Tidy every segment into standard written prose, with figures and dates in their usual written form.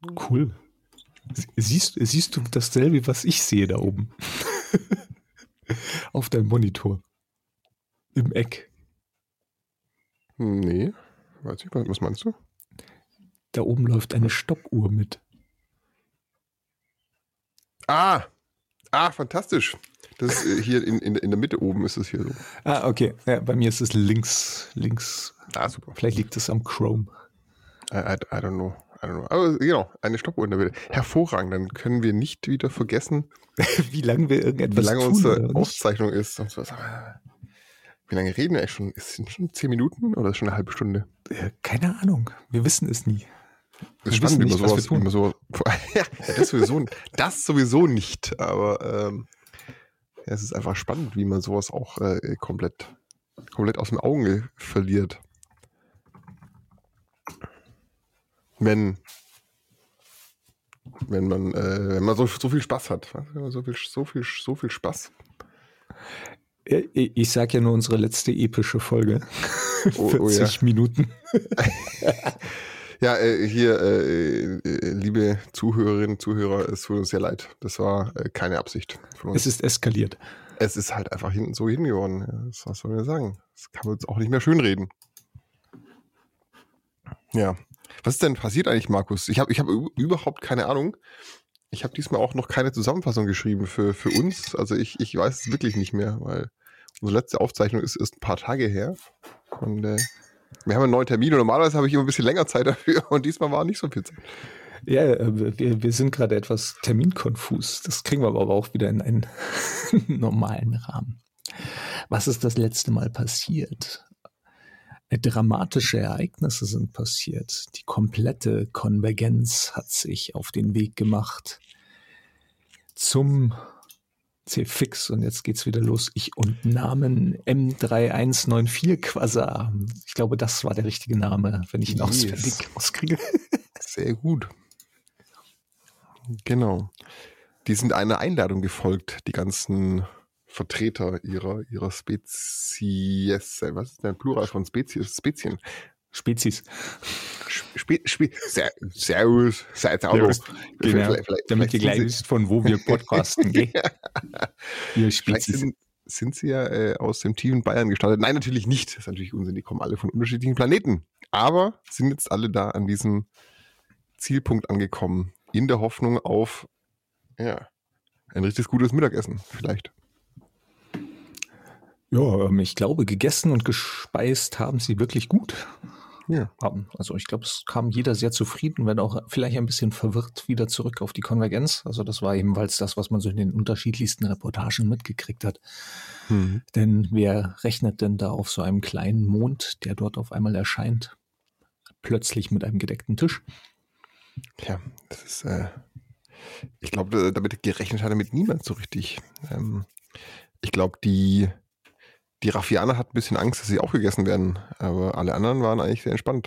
Cool. Siehst du dasselbe, was ich sehe da oben? Auf deinem Monitor. Im Eck. Nee, weiß ich, was meinst du? Da oben läuft eine Stoppuhr mit. Fantastisch. Das ist hier in der Mitte oben ist es hier so. Okay. Ja, bei mir ist es links. Super. Vielleicht liegt es am Chrome. I don't know. Aber genau, eine Stoppuhr in der Mitte. Hervorragend, dann können wir nicht wieder vergessen, wie lange wir irgendetwas tun. Wie lange unsere Aufzeichnung ist. Wie lange reden wir eigentlich schon? Ist es schon 10 Minuten oder ist es schon eine halbe Stunde? Keine Ahnung. Wir wissen es nie. Das ist spannend, wie man so. Ja, das sowieso nicht. Aber es ist einfach spannend, wie man sowas auch komplett aus den Augen verliert. Wenn man so viel Spaß hat. So viel Spaß. Ich sag ja nur unsere letzte epische Folge. 40 Minuten. Ja, hier, liebe Zuhörerinnen, Zuhörer, es tut uns sehr leid. Das war keine Absicht von uns. Es ist eskaliert. Es ist halt einfach so hingeworden. Ja, was soll man sagen? Das kann man uns auch nicht mehr schönreden. Ja. Was ist denn passiert eigentlich, Markus? Ich hab überhaupt keine Ahnung. Ich habe diesmal auch noch keine Zusammenfassung geschrieben für uns. Also ich weiß es wirklich nicht mehr, weil unsere letzte Aufzeichnung ist ein paar Tage her. Und wir haben einen neuen Termin und normalerweise habe ich immer ein bisschen länger Zeit dafür und diesmal war nicht so viel Zeit. Ja, wir sind gerade etwas terminkonfus. Das kriegen wir aber auch wieder in einen normalen Rahmen. Was ist das letzte Mal passiert? Dramatische Ereignisse sind passiert. Die komplette Konvergenz hat sich auf den Weg gemacht zum C-Fix und jetzt geht's wieder los. Ich und Namen M3194 Quasar. Ich glaube, das war der richtige Name, wenn ich ihn auswendig rauskriege. Sehr gut. Genau. Die sind einer Einladung gefolgt, die ganzen Vertreter ihrer Spezies. Was ist denn Plural von Spezies? Spezien. Spezies. Servus. Seid auch noch. Genau. Damit ihr gleich wisst, von wo wir podcasten. Ihr Spezies. Sind sie ja aus dem tiefen Bayern gestartet? Nein, natürlich nicht. Das ist natürlich Unsinn. Die kommen alle von unterschiedlichen Planeten. Aber sind jetzt alle da an diesem Zielpunkt angekommen. In der Hoffnung auf ein richtig gutes Mittagessen vielleicht. Ja, ich glaube, gegessen und gespeist haben sie wirklich gut. Ja. Also ich glaube, es kam jeder sehr zufrieden, wenn auch vielleicht ein bisschen verwirrt wieder zurück auf die Konvergenz. Also das war ebenfalls das, was man so in den unterschiedlichsten Reportagen mitgekriegt hat. Denn wer rechnet denn da auf so einem kleinen Mond, der dort auf einmal erscheint, plötzlich mit einem gedeckten Tisch? Ja, das ist, ich glaube, damit gerechnet hat damit niemand so richtig. Ich glaube, die Raffianer hatten ein bisschen Angst, dass sie aufgegessen werden, aber alle anderen waren eigentlich sehr entspannt.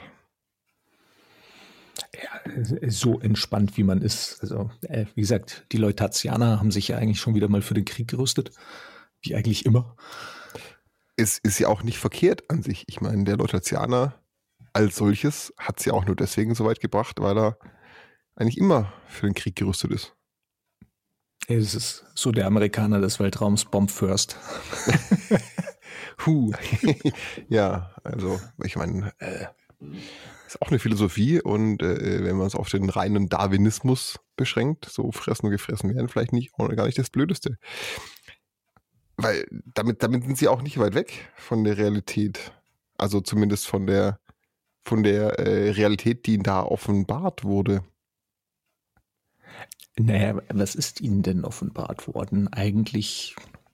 Ja, so entspannt, wie man ist. Also, wie gesagt, die Leutatianer haben sich ja eigentlich schon wieder mal für den Krieg gerüstet, wie eigentlich immer. Es ist ja auch nicht verkehrt an sich. Ich meine, der Leutatianer als solches hat es ja auch nur deswegen so weit gebracht, weil er eigentlich immer für den Krieg gerüstet ist. Es ist so der Amerikaner des Weltraums, Bomb First. Ja, also ich meine, ist auch eine Philosophie und wenn man es auf den reinen Darwinismus beschränkt, so fressen und gefressen werden, vielleicht nicht auch gar nicht das Blödeste. Weil damit sind sie auch nicht weit weg von der Realität. Also zumindest von der Realität, die ihnen da offenbart wurde. Naja, was ist ihnen denn offenbart worden? Eigentlich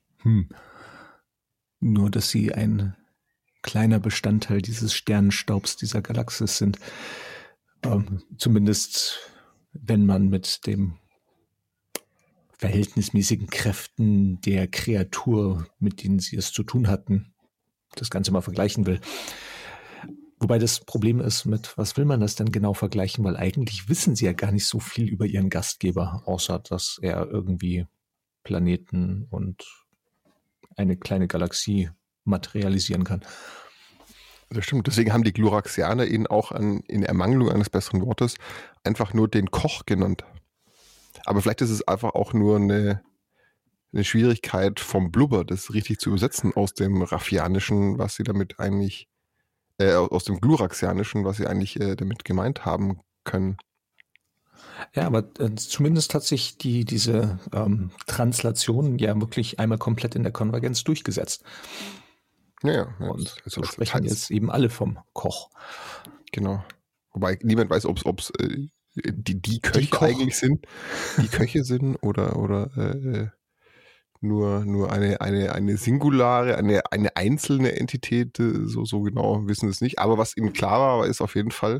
nur, dass sie ein kleiner Bestandteil dieses Sternenstaubs dieser Galaxis sind. Zumindest, wenn man mit dem verhältnismäßigen Kräften der Kreatur, mit denen sie es zu tun hatten, das Ganze mal vergleichen will. Wobei das Problem ist, mit was will man das denn genau vergleichen? Weil eigentlich wissen sie ja gar nicht so viel über ihren Gastgeber, außer dass er irgendwie Planeten und eine kleine Galaxie materialisieren kann. Das stimmt. Deswegen haben die Gluraxianer ihn auch in Ermangelung eines besseren Wortes einfach nur den Koch genannt. Aber vielleicht ist es einfach auch nur eine Schwierigkeit vom Blubber, das richtig zu übersetzen aus dem Raffianischen, was sie damit eigentlich, aus dem Gluraxianischen, was sie eigentlich damit gemeint haben können. Ja, aber zumindest hat sich diese Translation ja wirklich einmal komplett in der Konvergenz durchgesetzt. Ja. Und so sprechen jetzt eben alle vom Koch. Genau. Wobei niemand weiß, ob es die Köche eigentlich sind, die Köche sind oder nur eine singulare, eine einzelne Entität, so genau wissen es nicht. Aber was ihnen klar war, ist auf jeden Fall,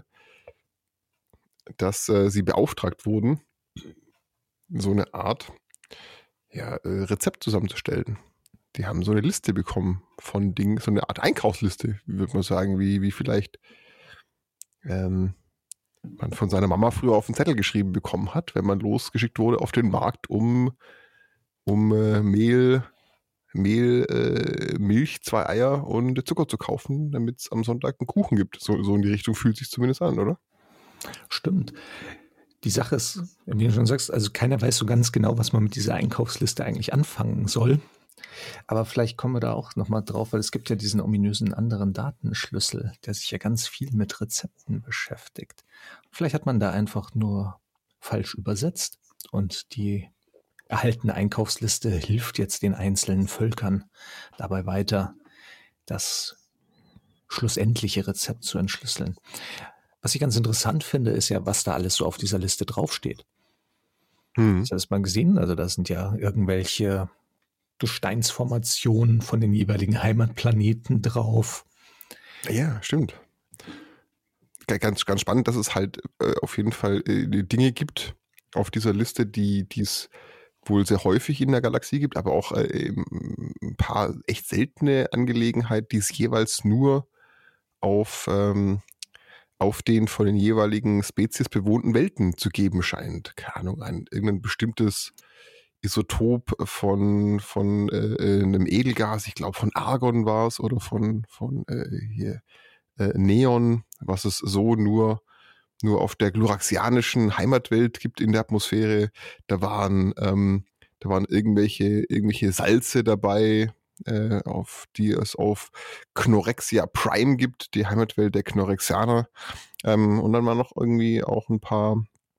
dass sie beauftragt wurden, so eine Art Rezept zusammenzustellen. Die haben so eine Liste bekommen von Dingen, so eine Art Einkaufsliste, würde man sagen, wie vielleicht man von seiner Mama früher auf den Zettel geschrieben bekommen hat, wenn man losgeschickt wurde auf den Markt, um Mehl, Milch, 2 Eier und Zucker zu kaufen, damit es am Sonntag einen Kuchen gibt. So in die Richtung fühlt sich zumindest an, oder? Stimmt. Die Sache ist, wie du schon sagst, also keiner weiß so ganz genau, was man mit dieser Einkaufsliste eigentlich anfangen soll. Aber vielleicht kommen wir da auch nochmal drauf, weil es gibt ja diesen ominösen anderen Datenschlüssel, der sich ja ganz viel mit Rezepten beschäftigt. Vielleicht hat man da einfach nur falsch übersetzt und die erhaltene Einkaufsliste hilft jetzt den einzelnen Völkern dabei weiter, das schlussendliche Rezept zu entschlüsseln. Was ich ganz interessant finde, ist ja, was da alles so auf dieser Liste draufsteht. Das hat man gesehen, also da sind ja irgendwelche Gesteinsformationen von den jeweiligen Heimatplaneten drauf. Ja, stimmt. Ganz, ganz spannend, dass es halt auf jeden Fall Dinge gibt auf dieser Liste, die es wohl sehr häufig in der Galaxie gibt, aber auch ein paar echt seltene Angelegenheiten, die es jeweils nur auf den von den jeweiligen Spezies bewohnten Welten zu geben scheint. Keine Ahnung, irgendein bestimmtes Isotop von einem Edelgas, ich glaube von Argon war es, oder von Neon, was es so nur auf der gluraxianischen Heimatwelt gibt in der Atmosphäre. Da waren irgendwelche Salze dabei, die es auf Knorexia Prime gibt, die Heimatwelt der Knorexianer. Und dann waren noch irgendwie auch ein paar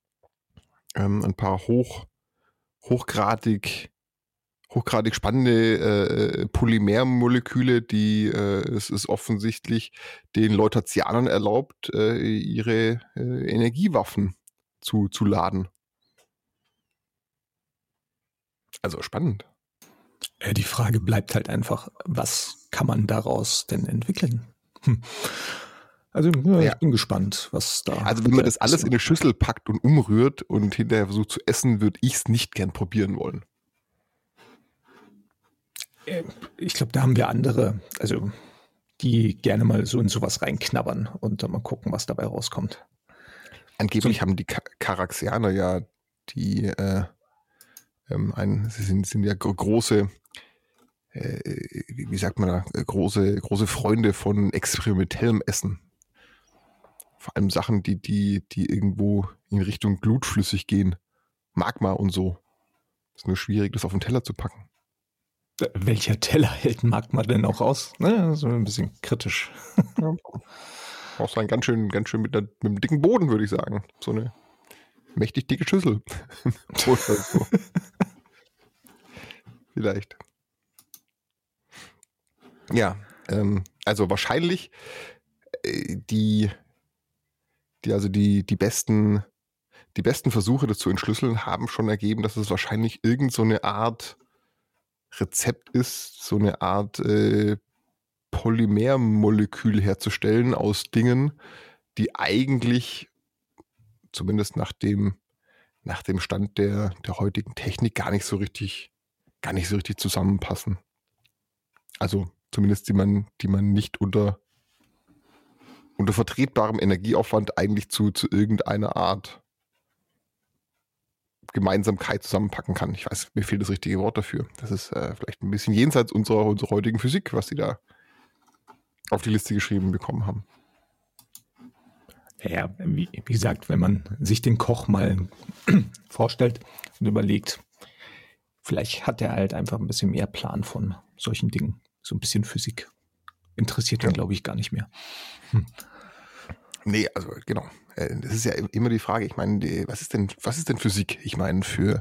hochgradig spannende Polymermoleküle, die es ist offensichtlich den Leutazianern erlaubt, ihre Energiewaffen zu laden. Also spannend. Die Frage bleibt halt einfach, was kann man daraus denn entwickeln? Also ich bin gespannt, was da... Also wenn man das alles in eine Schüssel packt und umrührt und hinterher versucht zu essen, würde ich es nicht gern probieren wollen. Ich glaube, da haben wir andere, also die gerne mal so in sowas reinknabbern und dann mal gucken, was dabei rauskommt. Angeblich haben die Caraxianer ja sie sind ja große, wie sagt man da, große Freunde von experimentellem Essen. Vor allem Sachen, die irgendwo in Richtung glutflüssig gehen. Magma und so. Ist nur schwierig, das auf den Teller zu packen. Welcher Teller hält Magma denn auch aus? Ne, so ein bisschen kritisch. Ja. Auch so ein ganz schön mit einem dicken Boden, würde ich sagen. So eine mächtig dicke Schüssel. Oder so. Vielleicht. Ja, also wahrscheinlich die besten Versuche, das zu entschlüsseln, haben schon ergeben, dass es wahrscheinlich irgend so eine Art Rezept ist, so eine Art Polymermolekül herzustellen aus Dingen, die eigentlich, zumindest nach dem Stand der heutigen Technik, gar nicht so richtig zusammenpassen. Also zumindest die man nicht unter vertretbarem Energieaufwand eigentlich zu irgendeiner Art Gemeinsamkeit zusammenpacken kann. Ich weiß, mir fehlt das richtige Wort dafür. Das ist vielleicht ein bisschen jenseits unserer heutigen Physik, was sie da auf die Liste geschrieben bekommen haben. Ja, wie gesagt, wenn man sich den Koch mal vorstellt und überlegt, vielleicht hat er halt einfach ein bisschen mehr Plan von solchen Dingen. So ein bisschen Physik. Interessiert ihn, glaube ich, gar nicht mehr. Nee, also genau. Das ist ja immer die Frage. Ich meine, was ist denn Physik? Ich meine, für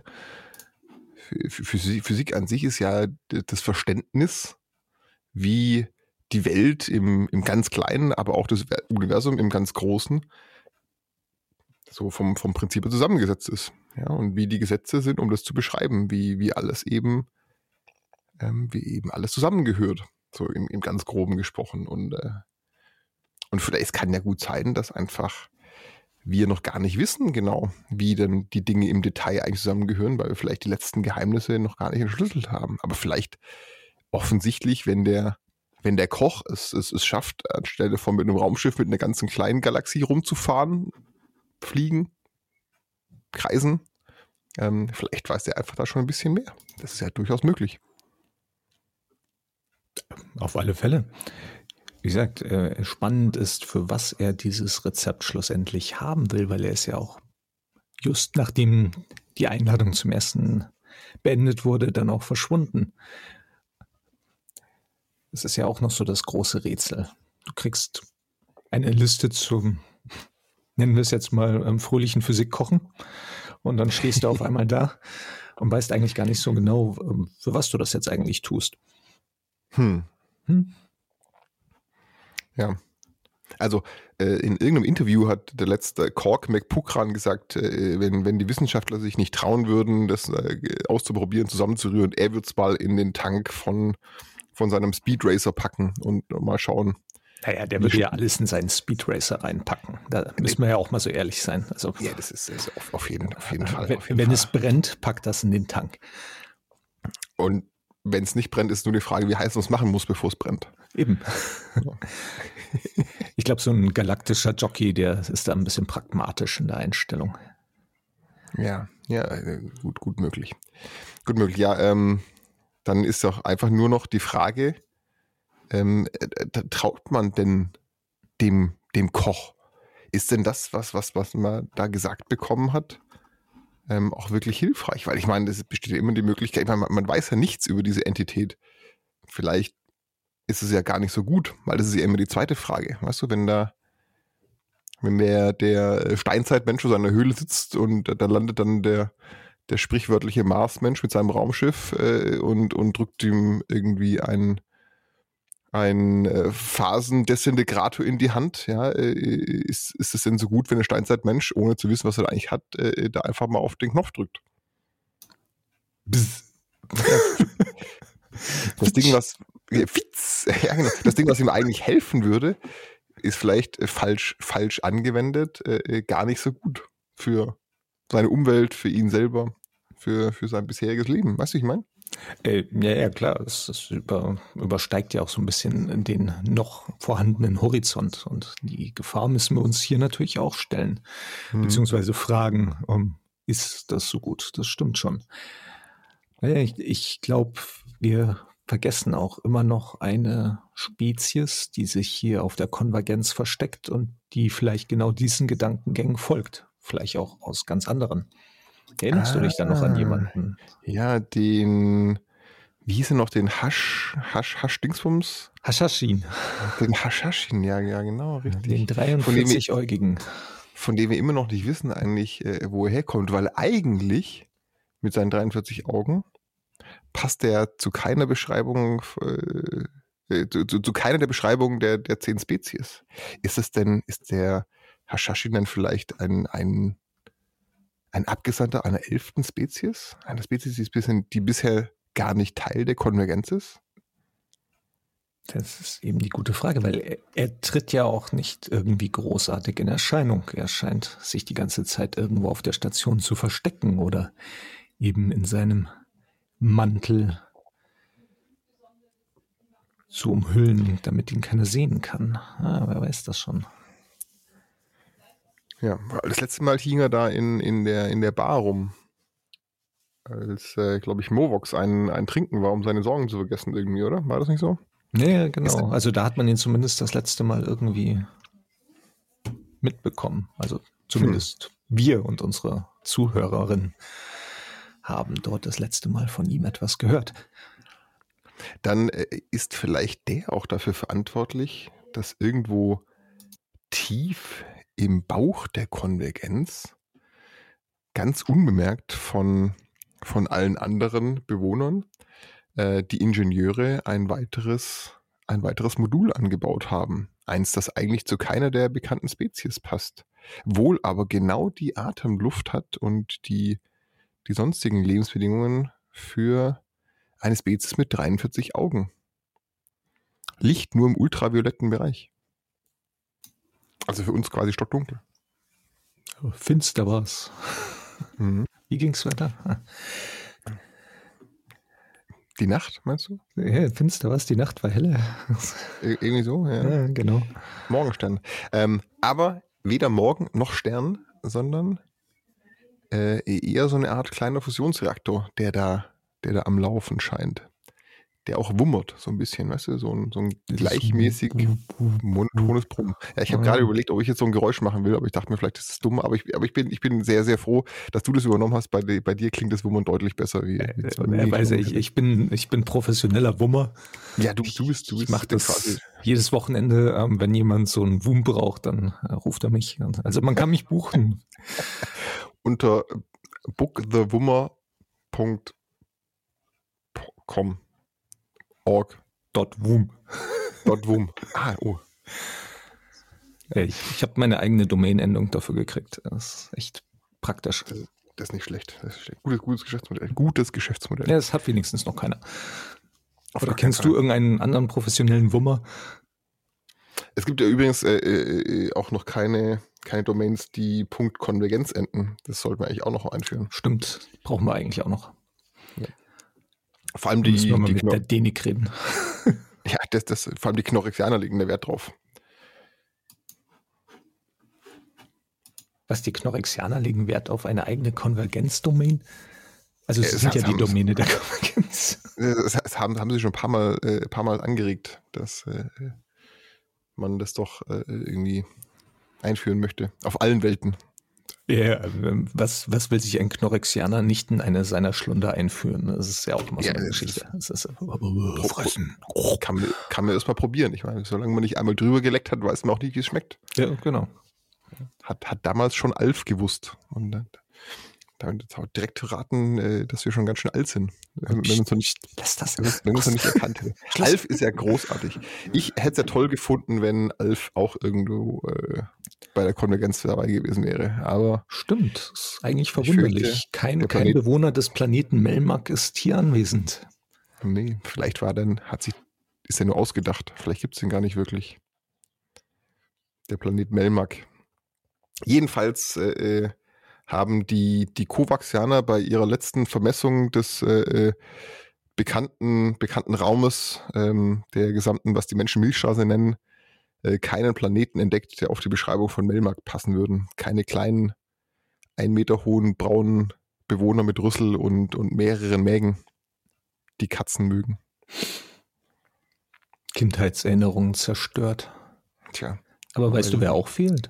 Physik an sich ist ja das Verständnis, wie die Welt im ganz Kleinen, aber auch das Universum im ganz Großen so vom Prinzip her zusammengesetzt ist. Ja, und wie die Gesetze sind, um das zu beschreiben, wie alles eben alles zusammengehört, so im ganz Groben gesprochen. Und vielleicht, es kann ja gut sein, dass einfach wir noch gar nicht wissen genau, wie denn die Dinge im Detail eigentlich zusammengehören, weil wir vielleicht die letzten Geheimnisse noch gar nicht entschlüsselt haben. Aber vielleicht offensichtlich, wenn der Koch es schafft, anstelle von mit einem Raumschiff mit einer ganzen kleinen Galaxie rumzufahren, fliegen, kreisen, vielleicht weiß der einfach da schon ein bisschen mehr. Das ist ja durchaus möglich. Auf alle Fälle. Wie gesagt, spannend ist, für was er dieses Rezept schlussendlich haben will, weil er ist ja auch just nachdem die Einladung zum Essen beendet wurde, dann auch verschwunden. Es ist ja auch noch so das große Rätsel. Du kriegst eine Liste zum, nennen wir es jetzt mal, fröhlichen Physikkochen und dann stehst du auf einmal da und weißt eigentlich gar nicht so genau, für was du das jetzt eigentlich tust. Ja. Also in irgendeinem Interview hat der letzte Cork McPukran gesagt, wenn die Wissenschaftler sich nicht trauen würden, das auszuprobieren, zusammenzurühren, er wird es mal in den Tank von seinem Speed Racer packen und mal schauen. Naja, der würde ja alles in seinen Speed Racer reinpacken. Da müssen wir ja auch mal so ehrlich sein. Also, ja, das ist auf jeden Fall. Wenn es brennt, packt das in den Tank. Und wenn es nicht brennt, ist nur die Frage, wie heiß man es machen muss, bevor es brennt. Eben. Ich glaube, so ein galaktischer Jockey, der ist da ein bisschen pragmatisch in der Einstellung. Ja, gut möglich. Gut möglich, ja. Dann ist doch einfach nur noch die Frage, traut man denn dem Koch? Ist denn das, was man da gesagt bekommen hat, auch wirklich hilfreich? Weil ich meine, es besteht ja immer die Möglichkeit, ich meine, man weiß ja nichts über diese Entität. Vielleicht ist es ja gar nicht so gut, weil das ist ja immer die zweite Frage. Weißt du, wenn der Steinzeitmensch in seiner Höhle sitzt und da landet dann der sprichwörtliche Marsmensch mit seinem Raumschiff und drückt ihm irgendwie ein Phasendesintegrator in die Hand, ja, ist es denn so gut, wenn der Steinzeitmensch, ohne zu wissen, was er da eigentlich hat, da einfach mal auf den Knopf drückt? Das Ding, was ihm eigentlich helfen würde, ist vielleicht falsch angewendet, gar nicht so gut für seine Umwelt, für ihn selber, für sein bisheriges Leben. Weißt du, ich meine? Ja, klar. Das übersteigt ja auch so ein bisschen den noch vorhandenen Horizont. Und die Gefahr müssen wir uns hier natürlich auch stellen. Beziehungsweise fragen, ist das so gut? Das stimmt schon. Naja, ich glaube, wir vergessen auch immer noch eine Spezies, die sich hier auf der Konvergenz versteckt und die vielleicht genau diesen Gedankengängen folgt. Vielleicht auch aus ganz anderen. Erinnerst du dich da noch an jemanden? Ja, wie hieß er noch, den Hasch-Dingsbums? Hashashin. Den Hashashin, ja, genau, richtig. Den 43-Äugigen. Von dem wir immer noch nicht wissen eigentlich, wo er herkommt, weil eigentlich mit seinen 43 Augen passt er zu keiner Beschreibung, zu keiner der Beschreibungen der 10 Spezies. Ist der Hashashin denn vielleicht ein Abgesandter einer 11. Spezies? Eine Spezies, die bisher gar nicht Teil der Konvergenz ist? Das ist eben die gute Frage, weil er tritt ja auch nicht irgendwie großartig in Erscheinung. Er scheint sich die ganze Zeit irgendwo auf der Station zu verstecken oder eben in seinem Mantel zu umhüllen, damit ihn keiner sehen kann. Wer weiß das schon. Ja, das letzte Mal hing er da in der Bar rum, als, glaube ich, Movox ein Trinken war, um seine Sorgen zu vergessen irgendwie, oder? War das nicht so? Ja, genau. Also da hat man ihn zumindest das letzte Mal irgendwie mitbekommen. Also zumindest wir und unsere Zuhörerinnen haben dort das letzte Mal von ihm etwas gehört. Dann ist vielleicht der auch dafür verantwortlich, dass irgendwo tief im Bauch der Konvergenz ganz unbemerkt von allen anderen Bewohnern die Ingenieure ein weiteres Modul angebaut haben. Eins, das eigentlich zu keiner der bekannten Spezies passt. Wohl aber genau die Atemluft hat und die sonstigen Lebensbedingungen für eine Spezies mit 43 Augen. Licht nur im ultravioletten Bereich. Also für uns quasi stockdunkel. Finster war's. Mhm. Wie ging's weiter? Die Nacht, meinst du? Ja, finster war's, die Nacht war helle. Irgendwie so, ja. Ja, genau. Morgenstern. Aber weder Morgen noch Stern, sondern eher so eine Art kleiner Fusionsreaktor, der da am Laufen scheint. Der auch wummert so ein bisschen, weißt du, so ein gleichmäßig monotones Brummen. Ja, ich habe gerade überlegt, ob ich jetzt so ein Geräusch machen will, aber ich dachte mir, vielleicht ist es dumm, aber ich bin sehr, sehr froh, dass du das übernommen hast. Bei dir klingt das Wummern deutlich besser wie weiß ich bin professioneller Wummer. Ja, du bist ich mache das quasi jedes Wochenende, wenn jemand so einen Wum braucht, dann ruft er mich. Also man kann mich buchen. Unter bookthewummer.com .wum. Oh. Ich habe meine eigene Domain-Endung dafür gekriegt. Das ist echt praktisch. Das ist nicht schlecht. Das ist gutes Geschäftsmodell. Gutes Geschäftsmodell. Ja, das hat wenigstens noch keiner. Oder kennst du irgendeinen anderen professionellen Wummer? Es gibt ja übrigens auch noch keine Domains, die .konvergenz enden. Das sollten wir eigentlich auch noch einführen. Stimmt, brauchen wir eigentlich auch noch. Ja. Vor allem die mit der Denik reden. Ja, vor allem die Knorrixianer legen da Wert drauf. Was, die Knorrixianer legen Wert auf eine eigene Konvergenz-Domain? Also es sind ja die Domäne der Konvergenz. Das haben sie schon ein paar Mal angeregt, dass man das doch irgendwie einführen möchte. Auf allen Welten. Ja, was will sich ein Knorrixianer nicht in eine seiner Schlunder einführen? Das ist ja auch immer so eine Geschichte. Das ist fressen. Kann man erstmal probieren. Ich meine, solange man nicht einmal drüber geleckt hat, weiß man auch nicht, wie es schmeckt. Ja, genau. Hat damals schon Alf gewusst. Und damit auch direkt raten, dass wir schon ganz schön alt sind. Wenn man es noch nicht erkannt hätte. Alf ist ja großartig. Ich hätte es ja toll gefunden, wenn Alf auch irgendwo bei der Konvergenz dabei gewesen wäre. Aber stimmt, das ist eigentlich verwunderlich. Kein Bewohner des Planeten Melmac ist hier anwesend. Nee, vielleicht ist er nur ausgedacht. Vielleicht gibt es den gar nicht wirklich. Der Planet Melmac. Jedenfalls haben die Kovaxianer bei ihrer letzten Vermessung des bekannten Raumes der gesamten, was die Menschen Milchstraße nennen, keinen Planeten entdeckt, der auf die Beschreibung von Melmac passen würden. Keine kleinen, 1 Meter hohen, braunen Bewohner mit Rüssel und mehreren Mägen, die Katzen mögen. Kindheitserinnerungen zerstört. Tja. Aber weißt du, wer auch fehlt?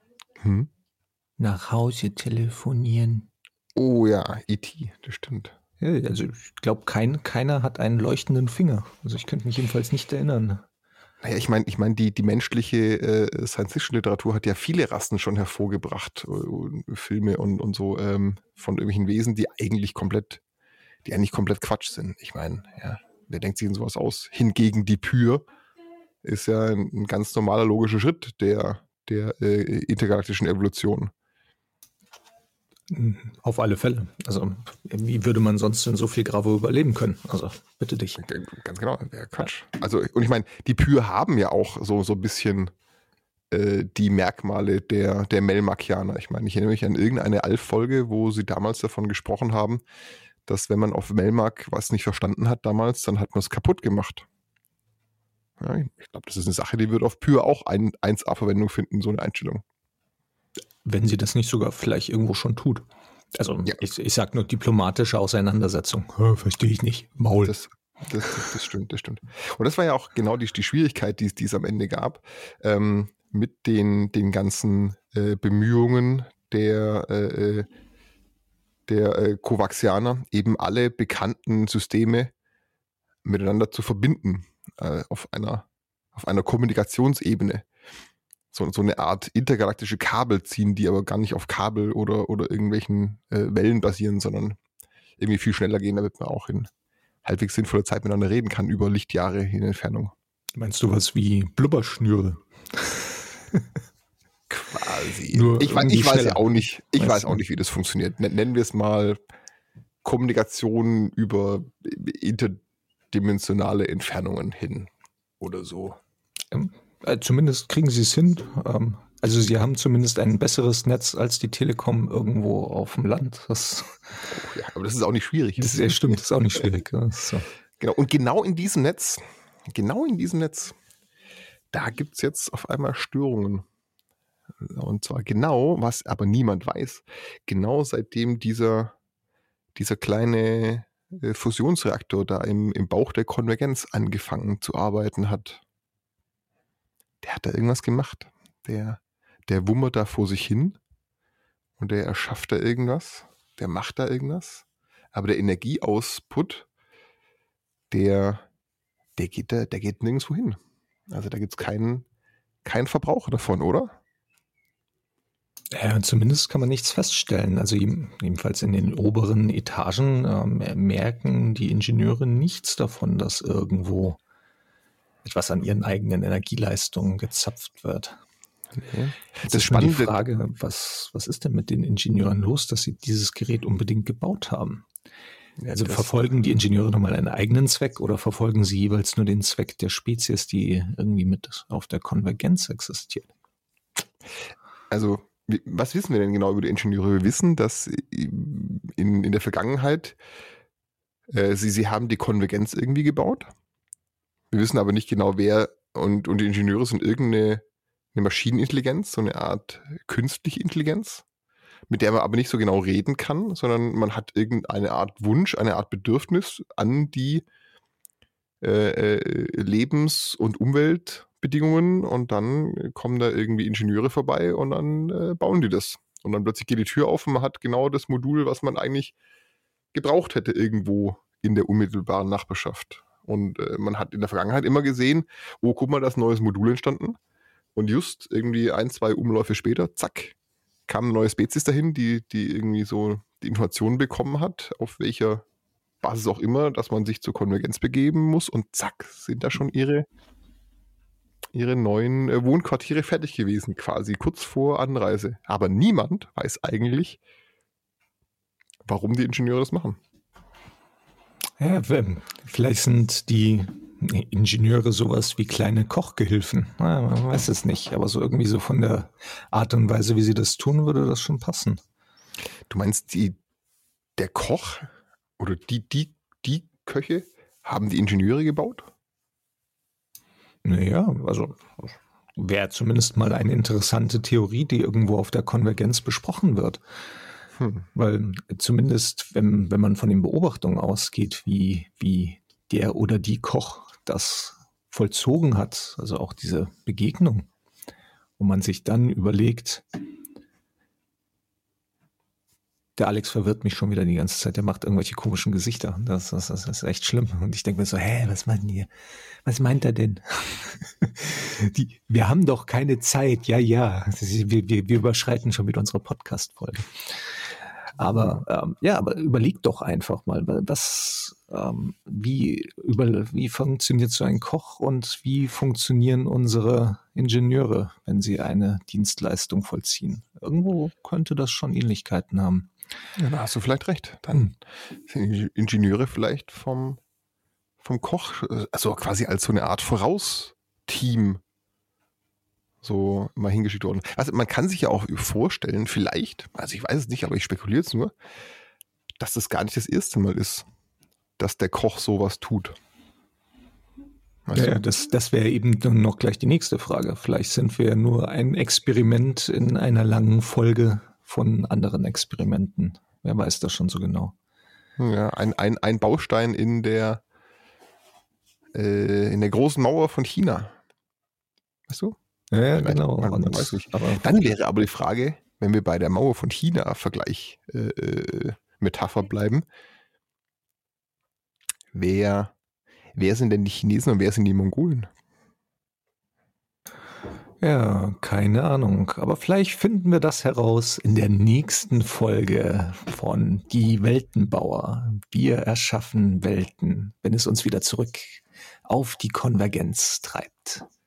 Nach Hause telefonieren. Oh ja, E.T., das stimmt. Ja, also ich glaube, keiner hat einen leuchtenden Finger. Also ich könnte mich jedenfalls nicht erinnern. Naja, ich meine, die menschliche Science-Fiction-Literatur hat ja viele Rassen schon hervorgebracht, Filme und so von irgendwelchen Wesen, die eigentlich komplett Quatsch sind. Ich meine, ja, wer denkt sich denn sowas aus? Hingegen die Pyr ist ja ein ganz normaler logischer Schritt der intergalaktischen Evolution. Auf alle Fälle. Also wie würde man sonst in so viel Gravur überleben können? Also bitte dich. Ganz genau, wäre Quatsch. Also und ich meine, die Pyr haben ja auch so ein bisschen die Merkmale der Melmacianer. Ich meine, ich erinnere mich an irgendeine Alf-Folge, wo sie damals davon gesprochen haben, dass wenn man auf Melmac was nicht verstanden hat damals, dann hat man es kaputt gemacht. Ja, ich glaube, das ist eine Sache, die wird auf Pyr auch 1A-Verwendung finden, so eine Einstellung. Wenn sie das nicht sogar vielleicht irgendwo schon tut. Also ja. Ich sag nur diplomatische Auseinandersetzung. Verstehe ich nicht. Maul. Das stimmt, das stimmt. Und das war ja auch genau die Schwierigkeit, die es am Ende gab, mit den ganzen Bemühungen der Kovaxianer, eben alle bekannten Systeme miteinander zu verbinden, auf einer Kommunikationsebene. So eine Art intergalaktische Kabel ziehen, die aber gar nicht auf Kabel oder irgendwelchen Wellen basieren, sondern irgendwie viel schneller gehen, damit man auch in halbwegs sinnvoller Zeit miteinander reden kann über Lichtjahre in Entfernung. Meinst du was wie Blubberschnüre? Quasi. Nur Ich weiß ja auch nicht. Ich weiß auch nicht, wie das funktioniert. Nennen wir es mal Kommunikation über interdimensionale Entfernungen hin oder so. Zumindest kriegen sie es hin. Also sie haben zumindest ein besseres Netz als die Telekom irgendwo auf dem Land. Ja, aber das ist auch nicht schwierig. Das stimmt, das ist auch nicht schwierig. So. Genau. Und genau in diesem Netz, da gibt es jetzt auf einmal Störungen. Und zwar genau, was aber niemand weiß, genau seitdem dieser kleine Fusionsreaktor da im Bauch der Konvergenz angefangen zu arbeiten hat. Der hat da irgendwas gemacht. Der wummert da vor sich hin und der erschafft da irgendwas. Der macht da irgendwas. Aber der Energieausput, der geht nirgendwo hin. Also da gibt es keinen Verbraucher davon, oder? Ja, zumindest kann man nichts feststellen. Also jedenfalls in den oberen Etagen merken die Ingenieure nichts davon, dass irgendwo etwas an ihren eigenen Energieleistungen gezapft wird. Nee. Das ist die Frage, was ist denn mit den Ingenieuren los, dass sie dieses Gerät unbedingt gebaut haben? Also verfolgen die Ingenieure nochmal einen eigenen Zweck oder verfolgen sie jeweils nur den Zweck der Spezies, die irgendwie mit auf der Konvergenz existiert? Also was wissen wir denn genau über die Ingenieure? Wir wissen, dass in der Vergangenheit sie haben die Konvergenz irgendwie gebaut. Wir wissen aber nicht genau, wer und die Ingenieure sind irgendeine Maschinenintelligenz, so eine Art künstliche Intelligenz, mit der man aber nicht so genau reden kann, sondern man hat irgendeine Art Wunsch, eine Art Bedürfnis an die Lebens- und Umweltbedingungen und dann kommen da irgendwie Ingenieure vorbei und dann bauen die das. Und dann plötzlich geht die Tür auf und man hat genau das Modul, was man eigentlich gebraucht hätte irgendwo in der unmittelbaren Nachbarschaft. Und man hat in der Vergangenheit immer gesehen, oh, guck mal, da ist ein neues Modul entstanden. Und just irgendwie 1-2 Umläufe später, zack, kam eine neue Spezies dahin, die irgendwie so die Informationen bekommen hat, auf welcher Basis auch immer, dass man sich zur Konvergenz begeben muss. Und zack, sind da schon ihre neuen Wohnquartiere fertig gewesen, quasi kurz vor Anreise. Aber niemand weiß eigentlich, warum die Ingenieure das machen. Ja, vielleicht sind die Ingenieure sowas wie kleine Kochgehilfen. Naja, man weiß es nicht, aber so irgendwie so von der Art und Weise, wie sie das tun, würde das schon passen. Du meinst, der Koch oder die Köche haben die Ingenieure gebaut? Naja, also wäre zumindest mal eine interessante Theorie, die irgendwo auf der Konvergenz besprochen wird. Weil zumindest, wenn man von den Beobachtungen ausgeht, wie der oder die Koch das vollzogen hat, also auch diese Begegnung, wo man sich dann überlegt, der Alex verwirrt mich schon wieder die ganze Zeit, der macht irgendwelche komischen Gesichter. Das ist echt schlimm. Und ich denke mir so, was meint ihr? Was meint er denn? Wir haben doch keine Zeit. Ja. Wir überschreiten schon mit unserer Podcast-Folge. Aber aber überleg doch einfach mal, wie funktioniert so ein Koch und wie funktionieren unsere Ingenieure, wenn sie eine Dienstleistung vollziehen? Irgendwo könnte das schon Ähnlichkeiten haben. Ja, da hast du vielleicht recht. Dann sind Ingenieure vielleicht vom Koch, also quasi als so eine Art Vorausteam so mal hingeschickt worden. Also man kann sich ja auch vorstellen, vielleicht, also ich weiß es nicht, aber ich spekuliere jetzt nur, dass das gar nicht das erste Mal ist, dass der Koch sowas tut. Ja, das wäre eben dann noch gleich die nächste Frage. Vielleicht sind wir nur ein Experiment in einer langen Folge von anderen Experimenten. Wer weiß das schon so genau? Ja, ein Baustein in der in der großen Mauer von China. Weißt du? Ja, Vielleicht, genau. man weiß nicht. Dann wäre aber die Frage, wenn wir bei der Mauer von China Vergleich Metapher bleiben, wer sind denn die Chinesen und wer sind die Mongolen? Ja, keine Ahnung. Aber vielleicht finden wir das heraus in der nächsten Folge von Die Weltenbauer. Wir erschaffen Welten, wenn es uns wieder zurück auf die Konvergenz treibt.